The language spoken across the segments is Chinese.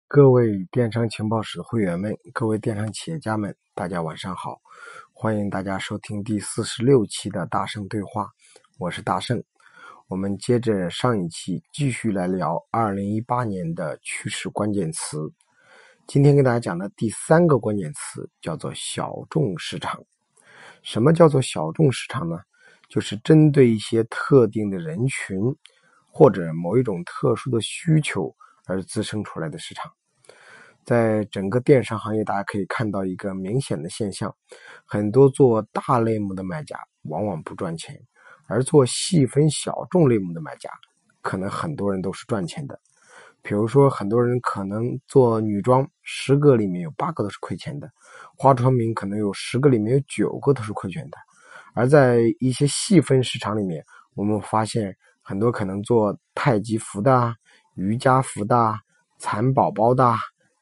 各位电商情报室的会员们，各位电商企业家们，大家晚上好，欢迎大家收听第46期的大圣对话，我是大圣。我们接着上一期继续来聊2018年的趋势关键词。今天跟大家讲的第3个关键词叫做小众市场。什么叫做小众市场呢？就是针对一些特定的人群或者某一种特殊的需求而滋生出来的市场。在整个电商行业，大家可以看到一个明显的现象，很多做大类目的卖家往往不赚钱，而做细分小众类目的卖家，可能很多人都是赚钱的。比如说很多人可能做女装，10个里面有8个都是亏钱的，化妆品可能有10个里面有9个都是亏钱的。而在一些细分市场里面，我们发现很多可能做太极服的、瑜伽服的、蚕宝宝的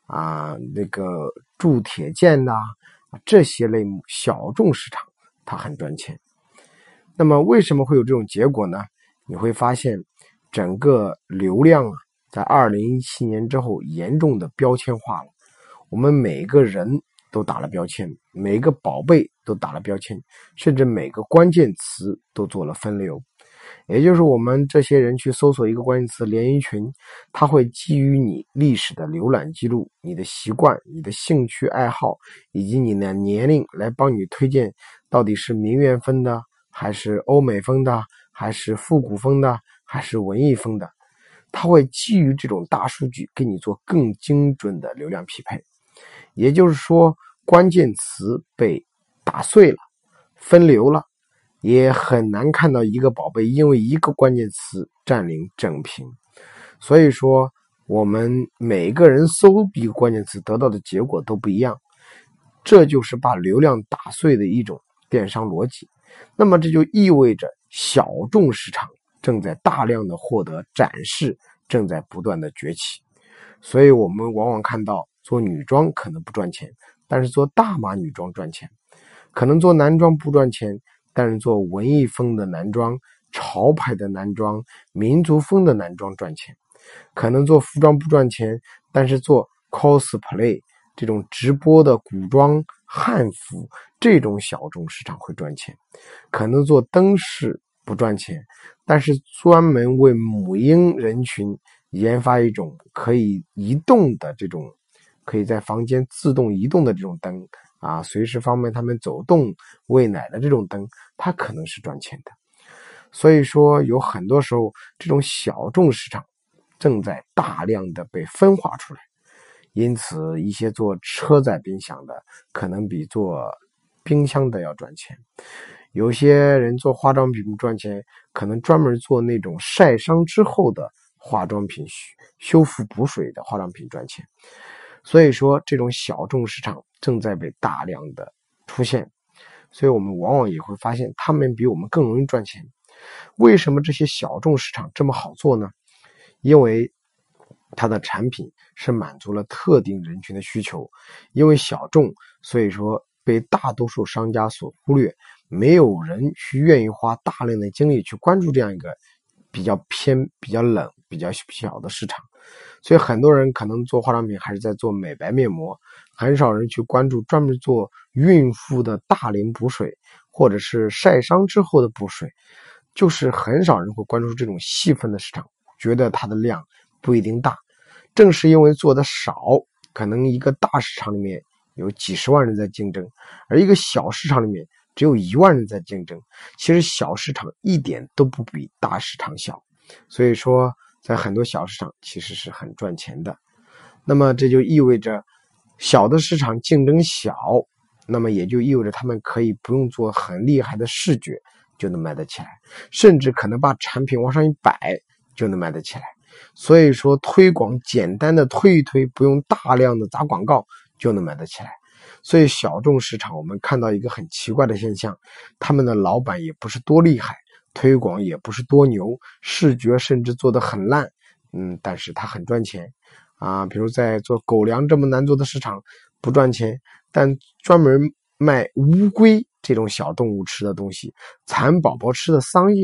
铸铁件的这些类目小众市场它很赚钱。那么为什么会有这种结果呢？你会发现整个流量在2017年之后严重的标签化了，我们每个人都打了标签，每个宝贝都打了标签，甚至每个关键词都做了分流。也就是我们这些人去搜索一个关键词连衣裙，它会基于你历史的浏览记录、你的习惯、你的兴趣爱好以及你的年龄来帮你推荐到底是名媛风的还是欧美风的还是复古风的还是文艺风的，它会基于这种大数据给你做更精准的流量匹配。也就是说，关键词被打碎了，分流了，也很难看到一个宝贝因为一个关键词占领整屏。所以说我们每个人搜一个关键词得到的结果都不一样，这就是把流量打碎的一种电商逻辑。那么这就意味着小众市场正在大量的获得展示，正在不断的崛起。所以我们往往看到做女装可能不赚钱，但是做大码女装赚钱；可能做男装不赚钱，但是做文艺风的男装、潮牌的男装、民族风的男装赚钱；可能做服装不赚钱，但是做 cosplay 这种直播的古装汉服这种小众市场会赚钱；可能做灯饰不赚钱，但是专门为母婴人群研发一种可以移动的这种可以在房间自动移动的这种灯随时方便他们走动喂奶的这种灯，它可能是赚钱的。所以说有很多时候这种小众市场正在大量的被分化出来，因此一些做车载冰箱的可能比做冰箱的要赚钱，有些人做化妆品不赚钱，可能专门做那种晒伤之后的化妆品修复补水的化妆品赚钱。所以说这种小众市场正在被大量的出现，所以我们往往也会发现他们比我们更容易赚钱。为什么这些小众市场这么好做呢？因为它的产品是满足了特定人群的需求，因为小众，所以说被大多数商家所忽略，没有人去愿意花大量的精力去关注这样一个比较偏、比较冷、比较小的市场。所以很多人可能做化妆品还是在做美白面膜，很少人去关注专门做孕妇的大龄补水或者是晒伤之后的补水，就是很少人会关注这种细分的市场，觉得它的量不一定大。正是因为做的少，可能一个大市场里面有几十万人在竞争，而一个小市场里面只有1万人在竞争。其实小市场一点都不比大市场小，所以说在很多小市场其实是很赚钱的。那么这就意味着小的市场竞争小，那么也就意味着他们可以不用做很厉害的视觉就能卖得起来，甚至可能把产品往上一摆就能卖得起来。所以说推广简单的推一推，不用大量的砸广告就能卖得起来。所以小众市场我们看到一个很奇怪的现象，他们的老板也不是多厉害，推广也不是多牛，视觉甚至做得很烂，但是他很赚钱比如在做狗粮这么难做的市场不赚钱，但专门卖乌龟这种小动物吃的东西，蚕宝宝吃的桑叶，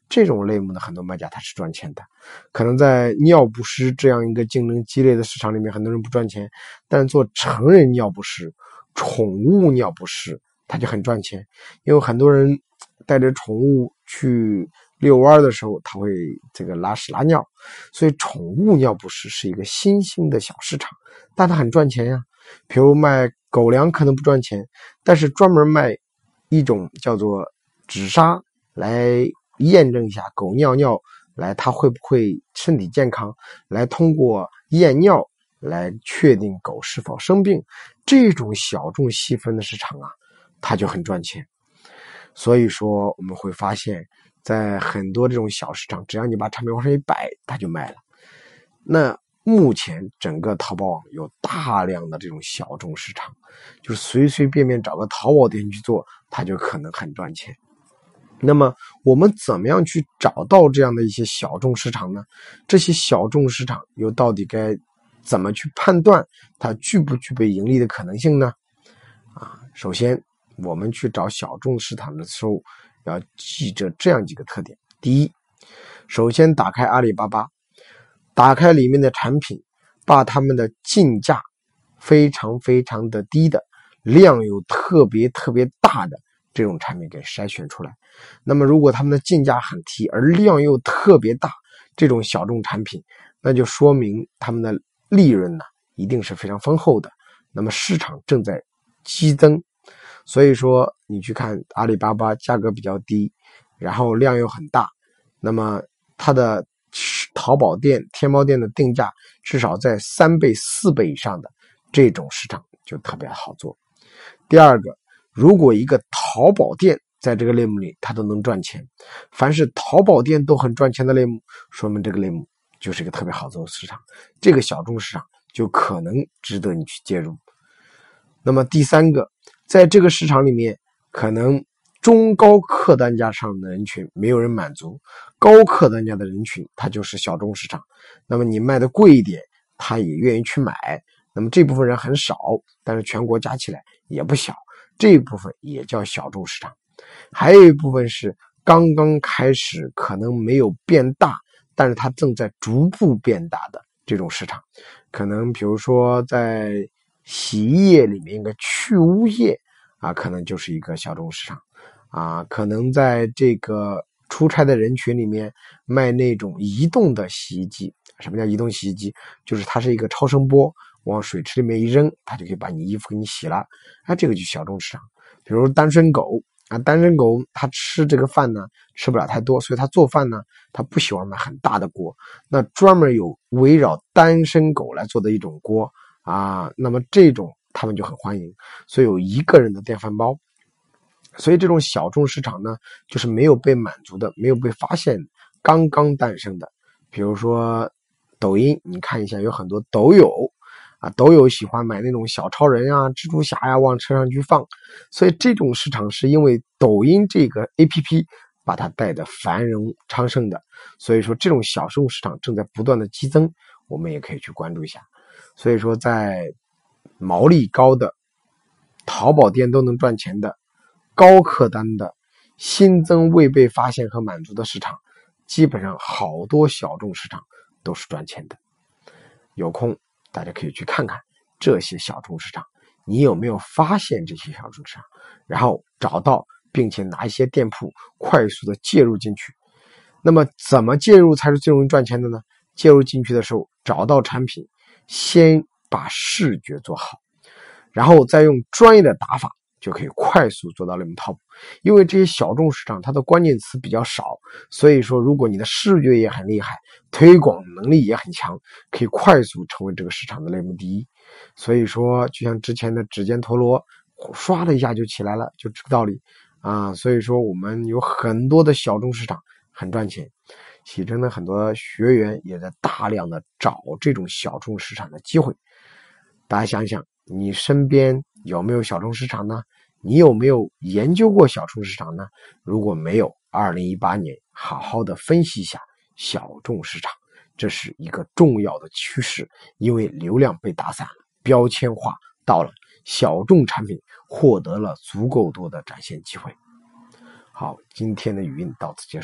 这种类目的很多卖家他是赚钱的。可能在尿不湿这样一个竞争激烈的市场里面，很多人不赚钱，但做成人尿不湿、宠物尿不湿他就很赚钱。因为很多人带着宠物去遛弯的时候，他会这个拉屎拉尿，所以宠物尿不湿是一个新兴的小市场，但它很赚钱呀。比如卖狗粮可能不赚钱，但是专门卖一种叫做纸砂来验证一下狗尿尿来它会不会身体健康，来通过验尿来确定狗是否生病，这种小众细分的市场啊，它就很赚钱。所以说我们会发现在很多这种小市场，只要你把产品往上一摆，它就卖了。那目前整个淘宝网有大量的这种小众市场，就是随随便便找个淘宝店去做，它就可能很赚钱。那么我们怎么样去找到这样的一些小众市场呢？这些小众市场又到底该怎么去判断它具不具备盈利的可能性呢？首先我们去找小众市场的时候要记着这样几个特点。第一，首先打开阿里巴巴，打开里面的产品，把他们的进价非常非常的低的，量有特别特别大的这种产品给筛选出来。那么如果他们的进价很低而量又特别大，这种小众产品，那就说明他们的利润呢一定是非常丰厚的，那么市场正在激增。所以说你去看阿里巴巴价格比较低，然后量又很大，那么它的淘宝店、天猫店的定价至少在3倍、4倍以上的这种市场就特别好做。第二个，如果一个淘宝店在这个类目里它都能赚钱，凡是淘宝店都很赚钱的类目，说明这个类目就是一个特别好做的市场，这个小众市场就可能值得你去介入。那么第三个，在这个市场里面，可能中高客单价上的人群没有人满足，高客单价的人群它就是小众市场，那么你卖的贵一点他也愿意去买，那么这部分人很少，但是全国加起来也不小，这一部分也叫小众市场。还有一部分是刚刚开始可能没有变大，但是它正在逐步变大的这种市场，可能比如说在洗衣液里面一个去污液可能就是一个小众市场可能在这个出差的人群里面卖那种移动的洗衣机。什么叫移动洗衣机？就是它是一个超声波，往水池里面一扔，它就可以把你衣服给你洗了这个就小众市场。比如单身狗单身狗它吃这个饭呢吃不了太多，所以它做饭呢它不喜欢买很大的锅，那专门有围绕单身狗来做的一种锅那么这种他们就很欢迎，所以有1个人的电饭煲。所以这种小众市场呢，就是没有被满足的，没有被发现，刚刚诞生的。比如说抖音，你看一下有很多抖友抖友喜欢买那种小超人蜘蛛侠往车上去放，所以这种市场是因为抖音这个 APP 把它带得繁荣昌盛的，所以说这种小众市场正在不断的激增，我们也可以去关注一下。所以说在毛利高的淘宝店都能赚钱的高客单的新增未被发现和满足的市场，基本上好多小众市场都是赚钱的。有空大家可以去看看这些小众市场，你有没有发现这些小众市场，然后找到并且拿一些店铺快速的介入进去。那么怎么介入才是最容易赚钱的呢？介入进去的时候，找到产品，先把视觉做好，然后再用专业的打法就可以快速做到类目 top。 因为这些小众市场它的关键词比较少，所以说如果你的视觉也很厉害，推广能力也很强，可以快速成为这个市场的类目第一。所以说就像之前的指尖陀螺刷的一下就起来了，就这个道理所以说我们有很多的小众市场很赚钱，喜真的很多学员也在大量的找这种小众市场的机会。大家想想你身边有没有小众市场呢？你有没有研究过小众市场呢？如果没有，2018年好好的分析一下小众市场，这是一个重要的趋势，因为流量被打散了，标签化到了，小众产品获得了足够多的展现机会。好，今天的语音到此结束。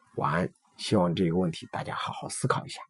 晚安。希望这个问题大家好好思考一下。